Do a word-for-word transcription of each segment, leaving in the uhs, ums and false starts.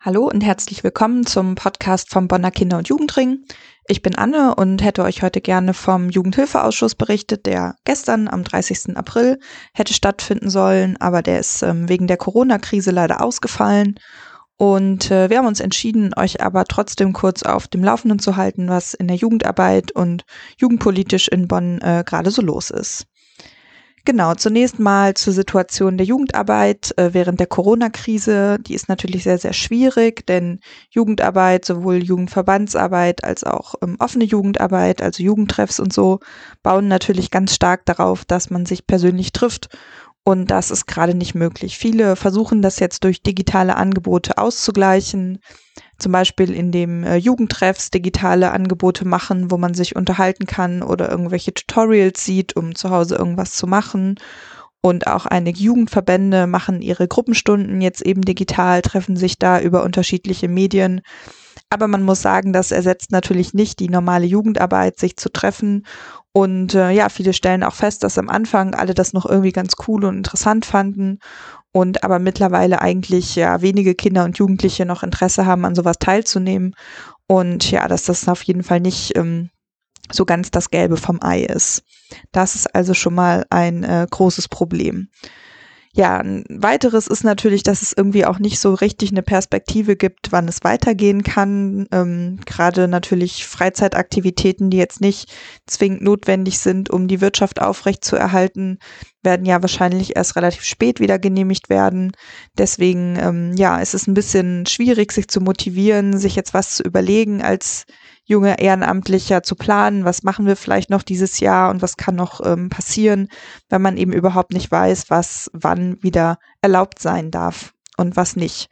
Hallo und herzlich willkommen zum Podcast vom Bonner Kinder- und Jugendring. Ich bin Anne und hätte euch heute gerne vom Jugendhilfeausschuss berichtet, der gestern am dreißigsten April hätte stattfinden sollen, aber der ist ähm, wegen der Corona-Krise leider ausgefallen. Und äh, wir haben uns entschieden, euch aber trotzdem kurz auf dem Laufenden zu halten, was in der Jugendarbeit und jugendpolitisch in Bonn äh, gerade so los ist. Genau, zunächst mal zur Situation der Jugendarbeit äh, während der Corona-Krise. Die ist natürlich sehr, sehr schwierig, denn Jugendarbeit, sowohl Jugendverbandsarbeit als auch ähm, offene Jugendarbeit, also Jugendtreffs und so, bauen natürlich ganz stark darauf, dass man sich persönlich trifft. Und das ist gerade nicht möglich. Viele versuchen das jetzt durch digitale Angebote auszugleichen, zum Beispiel indem äh, Jugendtreffs digitale Angebote machen, wo man sich unterhalten kann oder irgendwelche Tutorials sieht, um zu Hause irgendwas zu machen. Und auch einige Jugendverbände machen ihre Gruppenstunden jetzt eben digital, treffen sich da über unterschiedliche Medien. Aber man muss sagen, das ersetzt natürlich nicht die normale Jugendarbeit, sich zu treffen. Und äh, ja, viele stellen auch fest, dass am Anfang alle das noch irgendwie ganz cool und interessant fanden und aber mittlerweile eigentlich ja wenige Kinder und Jugendliche noch Interesse haben, an sowas teilzunehmen. Und ja, dass das auf jeden Fall nicht ähm, so ganz das Gelbe vom Ei ist. Das ist also schon mal ein äh, großes Problem. Ja, ein weiteres ist natürlich, dass es irgendwie auch nicht so richtig eine Perspektive gibt, wann es weitergehen kann. Ähm, gerade natürlich Freizeitaktivitäten, die jetzt nicht zwingend notwendig sind, um die Wirtschaft aufrechtzuerhalten, werden ja wahrscheinlich erst relativ spät wieder genehmigt werden. Deswegen, ähm, ja, es ist ein bisschen schwierig, sich zu motivieren, sich jetzt was zu überlegen als junge Ehrenamtlicher zu planen, was machen wir vielleicht noch dieses Jahr und was kann noch ähm, passieren, wenn man eben überhaupt nicht weiß, was wann wieder erlaubt sein darf und was nicht.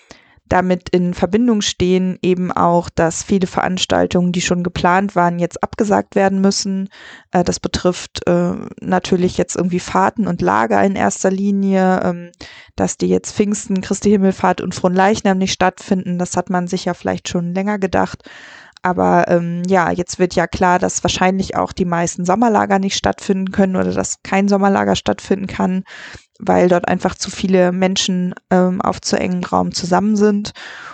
Damit in Verbindung stehen eben auch, dass viele Veranstaltungen, die schon geplant waren, jetzt abgesagt werden müssen. Äh, das betrifft äh, natürlich jetzt irgendwie Fahrten und Lager in erster Linie, ähm, dass die jetzt Pfingsten, Christi Himmelfahrt und Fronleichnam nicht stattfinden. Das hat man sich ja vielleicht schon länger gedacht. Aber ähm, ja, jetzt wird ja klar, dass wahrscheinlich auch die meisten Sommerlager nicht stattfinden können oder dass kein Sommerlager stattfinden kann, weil dort einfach zu viele Menschen ähm, auf zu engen Raum zusammen sind.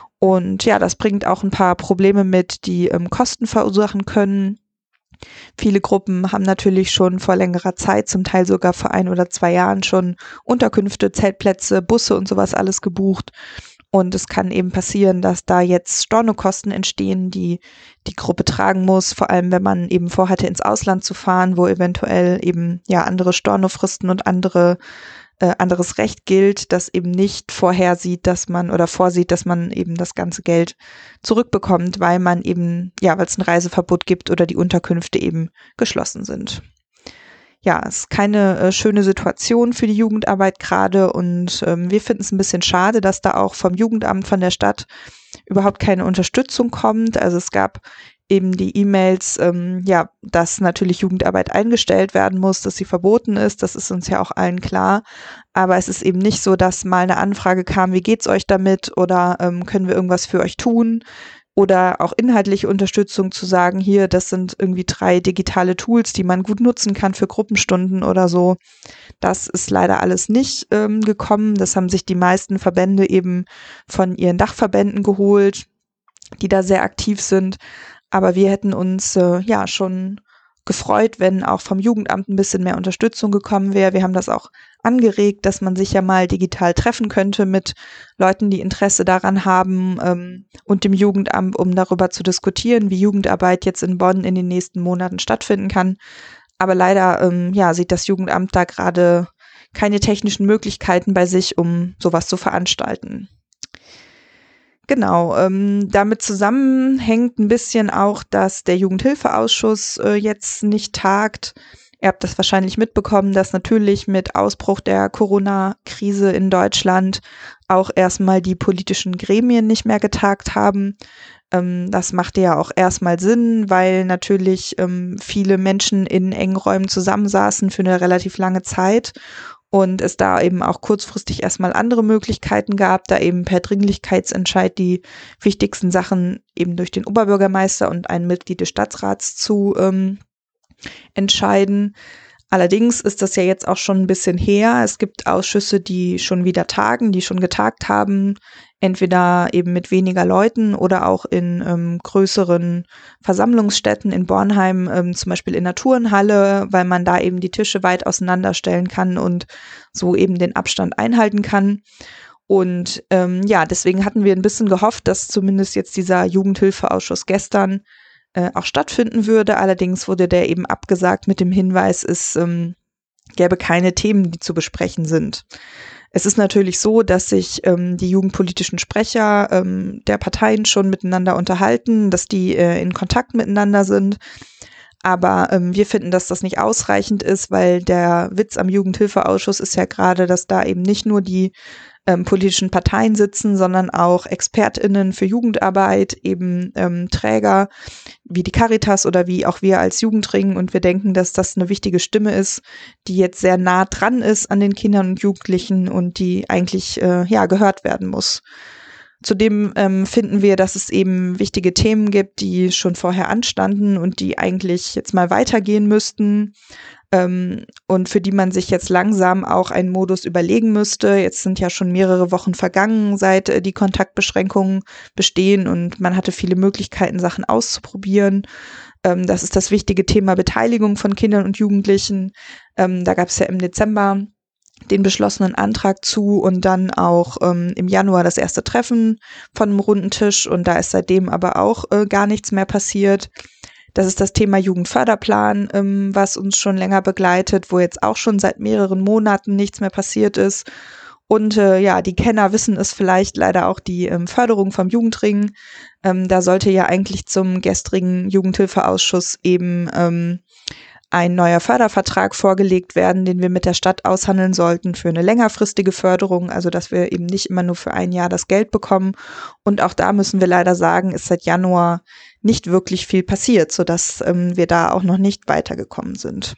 Und ja, das bringt auch ein paar Probleme mit, die ähm, Kosten verursachen können. Viele Gruppen haben natürlich schon vor längerer Zeit, zum Teil sogar vor ein oder zwei Jahren schon Unterkünfte, Zeltplätze, Busse und sowas alles gebucht. Und es kann eben passieren, dass da jetzt Stornokosten entstehen, die die Gruppe tragen muss, vor allem wenn man eben vorhatte, ins Ausland zu fahren, wo eventuell eben ja andere Stornofristen und andere äh, anderes Recht gilt, das eben nicht vorhersieht, dass man oder vorsieht, dass man eben das ganze Geld zurückbekommt, weil man eben, ja, weil es ein Reiseverbot gibt oder die Unterkünfte eben geschlossen sind. Ja, es ist keine äh, schöne Situation für die Jugendarbeit gerade und ähm, wir finden es ein bisschen schade, dass da auch vom Jugendamt, von der Stadt überhaupt keine Unterstützung kommt. Also es gab eben die E-Mails, ähm, ja, dass natürlich Jugendarbeit eingestellt werden muss, dass sie verboten ist. Das ist uns ja auch allen klar. Aber es ist eben nicht so, dass mal eine Anfrage kam, wie geht's euch damit oder ähm, können wir irgendwas für euch tun? Oder auch inhaltliche Unterstützung zu sagen, hier, das sind irgendwie drei digitale Tools, die man gut nutzen kann für Gruppenstunden oder so. Das ist leider alles nicht ähm, gekommen. Das haben sich die meisten Verbände eben von ihren Dachverbänden geholt, die da sehr aktiv sind. Aber wir hätten uns äh, ja schon gefreut, wenn auch vom Jugendamt ein bisschen mehr Unterstützung gekommen wäre. Wir haben das auch angeregt, dass man sich ja mal digital treffen könnte mit Leuten, die Interesse daran haben ähm, und dem Jugendamt, um darüber zu diskutieren, wie Jugendarbeit jetzt in Bonn in den nächsten Monaten stattfinden kann. Aber leider ähm, ja, sieht das Jugendamt da gerade keine technischen Möglichkeiten bei sich, um sowas zu veranstalten. Genau, ähm, damit zusammenhängt ein bisschen auch, dass der Jugendhilfeausschuss äh, jetzt nicht tagt. Ihr habt das wahrscheinlich mitbekommen, dass natürlich mit Ausbruch der Corona-Krise in Deutschland auch erstmal die politischen Gremien nicht mehr getagt haben. Ähm, das machte ja auch erstmal Sinn, weil natürlich ähm, viele Menschen in engen Räumen zusammensaßen für eine relativ lange Zeit. Und es da eben auch kurzfristig erstmal andere Möglichkeiten gab, da eben per Dringlichkeitsentscheid die wichtigsten Sachen eben durch den Oberbürgermeister und ein Mitglied des Stadtrats zu ähm, entscheiden. Allerdings ist das ja jetzt auch schon ein bisschen her. Es gibt Ausschüsse, die schon wieder tagen, die schon getagt haben, entweder eben mit weniger Leuten oder auch in ähm, größeren Versammlungsstätten in Bornheim, ähm, zum Beispiel in der Turnhalle, weil man da eben die Tische weit auseinanderstellen kann und so eben den Abstand einhalten kann. Und ähm, ja, deswegen hatten wir ein bisschen gehofft, dass zumindest jetzt dieser Jugendhilfeausschuss gestern äh, auch stattfinden würde. Allerdings wurde der eben abgesagt mit dem Hinweis, es ähm, gäbe keine Themen, die zu besprechen sind. Es ist natürlich so, dass sich ähm, die jugendpolitischen Sprecher ähm, der Parteien schon miteinander unterhalten, dass die äh, in Kontakt miteinander sind. Aber ähm, wir finden, dass das nicht ausreichend ist, weil der Witz am Jugendhilfeausschuss ist ja gerade, dass da eben nicht nur die ähm, politischen Parteien sitzen, sondern auch ExpertInnen für Jugendarbeit, eben ähm, Träger wie die Caritas oder wie auch wir als Jugendring. Und wir denken, dass das eine wichtige Stimme ist, die jetzt sehr nah dran ist an den Kindern und Jugendlichen und die eigentlich äh, ja gehört werden muss. Zudem ähm, finden wir, dass es eben wichtige Themen gibt, die schon vorher anstanden und die eigentlich jetzt mal weitergehen müssten ähm, und für die man sich jetzt langsam auch einen Modus überlegen müsste. Jetzt sind ja schon mehrere Wochen vergangen, seit äh, die Kontaktbeschränkungen bestehen und man hatte viele Möglichkeiten, Sachen auszuprobieren. Ähm, das ist das wichtige Thema Beteiligung von Kindern und Jugendlichen. Ähm, da gab es ja im Dezember den beschlossenen Antrag zu und dann auch ähm, im Januar das erste Treffen von einem runden Tisch und da ist seitdem aber auch äh, gar nichts mehr passiert. Das ist das Thema Jugendförderplan, ähm, was uns schon länger begleitet, wo jetzt auch schon seit mehreren Monaten nichts mehr passiert ist. Und äh, ja, die Kenner wissen es vielleicht, leider auch die ähm, Förderung vom Jugendring. Ähm, da sollte ja eigentlich zum gestrigen Jugendhilfeausschuss eben ähm, ein neuer Fördervertrag vorgelegt werden, den wir mit der Stadt aushandeln sollten für eine längerfristige Förderung, also dass wir eben nicht immer nur für ein Jahr das Geld bekommen. Und auch da müssen wir leider sagen, ist seit Januar nicht wirklich viel passiert, sodass ähm, wir da auch noch nicht weitergekommen sind.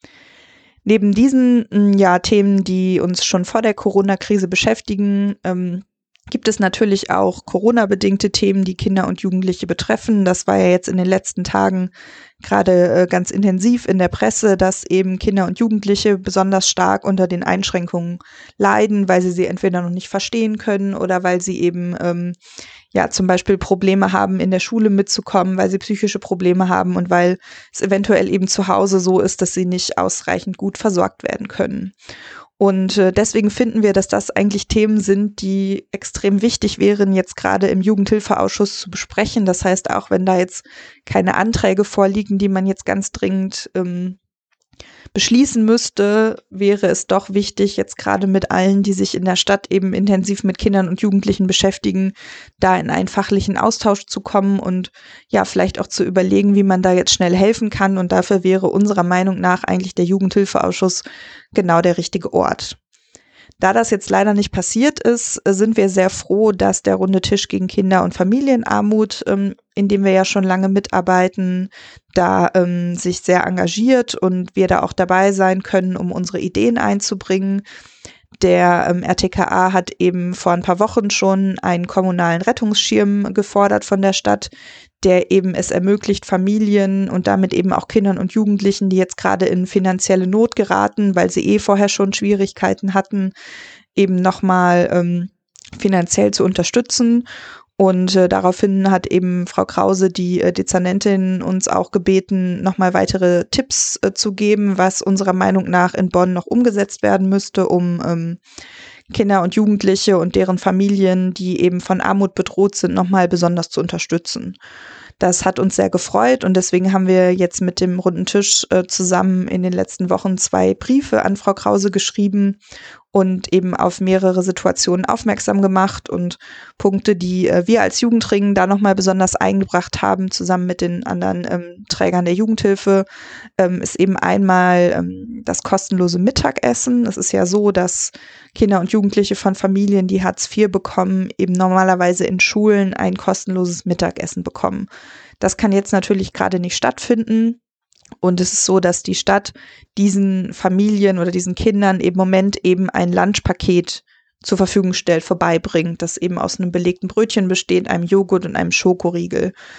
Neben diesen ja, Themen, die uns schon vor der Corona-Krise beschäftigen, ähm, gibt es natürlich auch Corona-bedingte Themen, die Kinder und Jugendliche betreffen. Das war ja jetzt in den letzten Tagen gerade äh, ganz intensiv in der Presse, dass eben Kinder und Jugendliche besonders stark unter den Einschränkungen leiden, weil sie sie entweder noch nicht verstehen können oder weil sie eben ähm, ja zum Beispiel Probleme haben, in der Schule mitzukommen, weil sie psychische Probleme haben und weil es eventuell eben zu Hause so ist, dass sie nicht ausreichend gut versorgt werden können. Und äh, deswegen finden wir, dass das eigentlich Themen sind, die extrem wichtig wären, jetzt gerade im Jugendhilfeausschuss zu besprechen. Das heißt, auch wenn da jetzt keine Anträge vorliegen, die man jetzt ganz dringend ähm, beschließen müsste, wäre es doch wichtig, jetzt gerade mit allen, die sich in der Stadt eben intensiv mit Kindern und Jugendlichen beschäftigen, da in einen fachlichen Austausch zu kommen und ja, vielleicht auch zu überlegen, wie man da jetzt schnell helfen kann. Und dafür wäre unserer Meinung nach eigentlich der Jugendhilfeausschuss genau der richtige Ort. Da das jetzt leider nicht passiert ist, sind wir sehr froh, dass der Runde Tisch gegen Kinder- und Familienarmut, ähm, in dem wir ja schon lange mitarbeiten, da ähm, sich sehr engagiert und wir da auch dabei sein können, um unsere Ideen einzubringen. Der ähm, R T K A hat eben vor ein paar Wochen schon einen kommunalen Rettungsschirm gefordert von der Stadt, der eben es ermöglicht, Familien und damit eben auch Kindern und Jugendlichen, die jetzt gerade in finanzielle Not geraten, weil sie eh vorher schon Schwierigkeiten hatten, eben nochmal ähm, finanziell zu unterstützen. Und äh, daraufhin hat eben Frau Krause, die äh, Dezernentin, uns auch gebeten, nochmal weitere Tipps äh, zu geben, was unserer Meinung nach in Bonn noch umgesetzt werden müsste, um ähm, Kinder und Jugendliche und deren Familien, die eben von Armut bedroht sind, nochmal besonders zu unterstützen. Das hat uns sehr gefreut und deswegen haben wir jetzt mit dem runden Tisch äh, zusammen in den letzten Wochen zwei Briefe an Frau Krause geschrieben und eben auf mehrere Situationen aufmerksam gemacht und Punkte, die äh, wir als Jugendring da nochmal besonders eingebracht haben, zusammen mit den anderen ähm, Trägern der Jugendhilfe, ähm, ist eben einmal ähm, das kostenlose Mittagessen. Es ist ja so, dass Kinder und Jugendliche von Familien, die Hartz vier bekommen, eben normalerweise in Schulen ein kostenloses Mittagessen bekommen. Das kann jetzt natürlich gerade nicht stattfinden. Und es ist so, dass die Stadt diesen Familien oder diesen Kindern im Moment eben ein Lunchpaket zur Verfügung stellt, vorbeibringt, das eben aus einem belegten Brötchen besteht, einem Joghurt und einem Schokoriegel.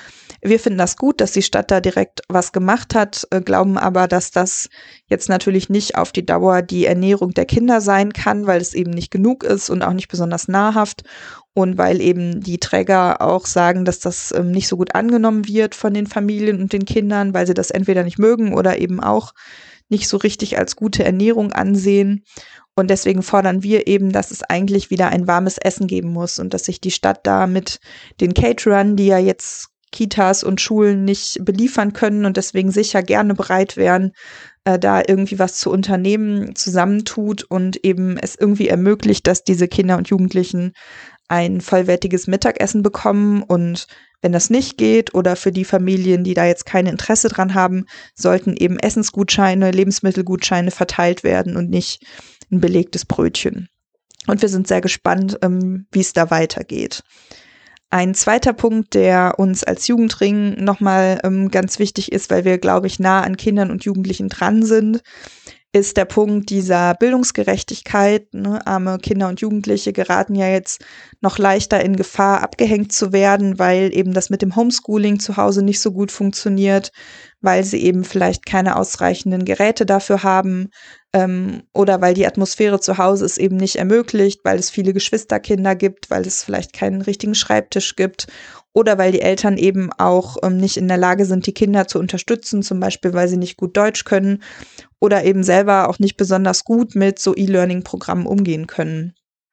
Wir finden das gut, dass die Stadt da direkt was gemacht hat, äh, glauben aber, dass das jetzt natürlich nicht auf die Dauer die Ernährung der Kinder sein kann, weil es eben nicht genug ist und auch nicht besonders nahrhaft und weil eben die Träger auch sagen, dass das ähm, nicht so gut angenommen wird von den Familien und den Kindern, weil sie das entweder nicht mögen oder eben auch nicht so richtig als gute Ernährung ansehen. Und deswegen fordern wir eben, dass es eigentlich wieder ein warmes Essen geben muss und dass sich die Stadt da mit den Caterern, die ja jetzt Kitas und Schulen nicht beliefern können und deswegen sicher gerne bereit wären, äh, da irgendwie was zu unternehmen, zusammentut und eben es irgendwie ermöglicht, dass diese Kinder und Jugendlichen ein vollwertiges Mittagessen bekommen. Und wenn das nicht geht oder für die Familien, die da jetzt kein Interesse dran haben, sollten eben Essensgutscheine, Lebensmittelgutscheine verteilt werden und nicht ein belegtes Brötchen. Und wir sind sehr gespannt, ähm, wie es da weitergeht. Ein zweiter Punkt, der uns als Jugendring nochmal ähm, ganz wichtig ist, weil wir, glaube ich, nah an Kindern und Jugendlichen dran sind, ist der Punkt dieser Bildungsgerechtigkeit. Ne? Arme Kinder und Jugendliche geraten ja jetzt noch leichter in Gefahr, abgehängt zu werden, weil eben das mit dem Homeschooling zu Hause nicht so gut funktioniert, weil sie eben vielleicht keine ausreichenden Geräte dafür haben ähm, oder weil die Atmosphäre zu Hause es eben nicht ermöglicht, weil es viele Geschwisterkinder gibt, weil es vielleicht keinen richtigen Schreibtisch gibt oder weil die Eltern eben auch ähm, nicht in der Lage sind, die Kinder zu unterstützen, zum Beispiel, weil sie nicht gut Deutsch können oder eben selber auch nicht besonders gut mit so E-Learning-Programmen umgehen können.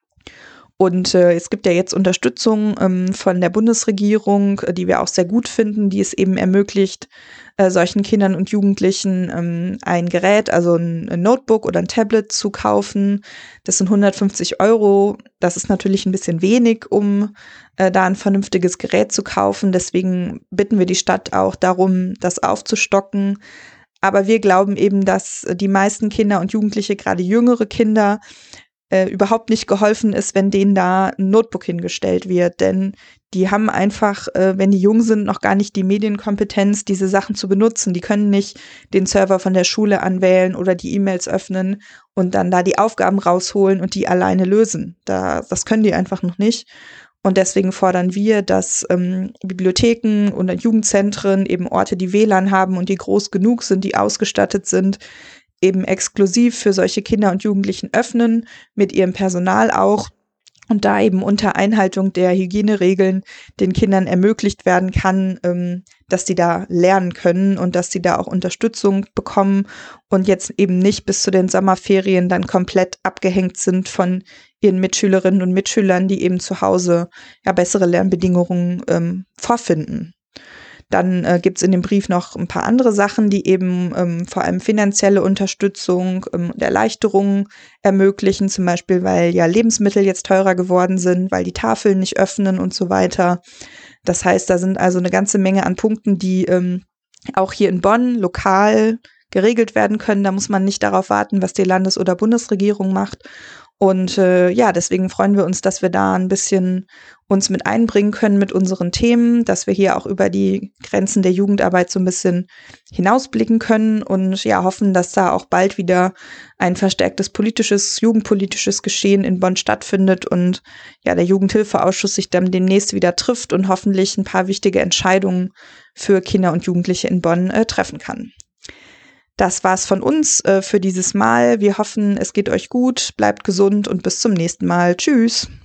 Und äh, es gibt ja jetzt Unterstützung ähm, von der Bundesregierung, äh, die wir auch sehr gut finden, die es eben ermöglicht, äh, solchen Kindern und Jugendlichen ähm, ein Gerät, also ein, ein Notebook oder ein Tablet zu kaufen. Das sind hundertfünfzig Euro. Das ist natürlich ein bisschen wenig, um äh, da ein vernünftiges Gerät zu kaufen. Deswegen bitten wir die Stadt auch darum, das aufzustocken. Aber wir glauben eben, dass die meisten Kinder und Jugendliche, gerade jüngere Kinder, äh, überhaupt nicht geholfen ist, wenn denen da ein Notebook hingestellt wird. Denn die haben einfach, äh, wenn die jung sind, noch gar nicht die Medienkompetenz, diese Sachen zu benutzen. Die können nicht den Server von der Schule anwählen oder die E-Mails öffnen und dann da die Aufgaben rausholen und die alleine lösen. Da, das können die einfach noch nicht. Und deswegen fordern wir, dass ähm, Bibliotheken und Jugendzentren, eben Orte, die W L A N haben und die groß genug sind, die ausgestattet sind, eben exklusiv für solche Kinder und Jugendlichen öffnen, mit ihrem Personal auch. Und da eben unter Einhaltung der Hygieneregeln den Kindern ermöglicht werden kann, ähm, dass die da lernen können und dass sie da auch Unterstützung bekommen und jetzt eben nicht bis zu den Sommerferien dann komplett abgehängt sind von ihren Mitschülerinnen und Mitschülern, die eben zu Hause ja bessere Lernbedingungen ähm, vorfinden. Dann äh, gibt es in dem Brief noch ein paar andere Sachen, die eben ähm, vor allem finanzielle Unterstützung ähm, und Erleichterungen ermöglichen, zum Beispiel, weil ja Lebensmittel jetzt teurer geworden sind, weil die Tafeln nicht öffnen und so weiter. Das heißt, da sind also eine ganze Menge an Punkten, die ähm, auch hier in Bonn lokal geregelt werden können. Da muss man nicht darauf warten, was die Landes- oder Bundesregierung macht. Und äh, ja, deswegen freuen wir uns, dass wir da ein bisschen uns mit einbringen können mit unseren Themen, dass wir hier auch über die Grenzen der Jugendarbeit so ein bisschen hinausblicken können und ja, hoffen, dass da auch bald wieder ein verstärktes politisches, jugendpolitisches Geschehen in Bonn stattfindet und ja, der Jugendhilfeausschuss sich dann demnächst wieder trifft und hoffentlich ein paar wichtige Entscheidungen für Kinder und Jugendliche in Bonn äh, treffen kann. Das war's von uns äh, für dieses Mal. Wir hoffen, es geht euch gut, bleibt gesund und bis zum nächsten Mal. Tschüss!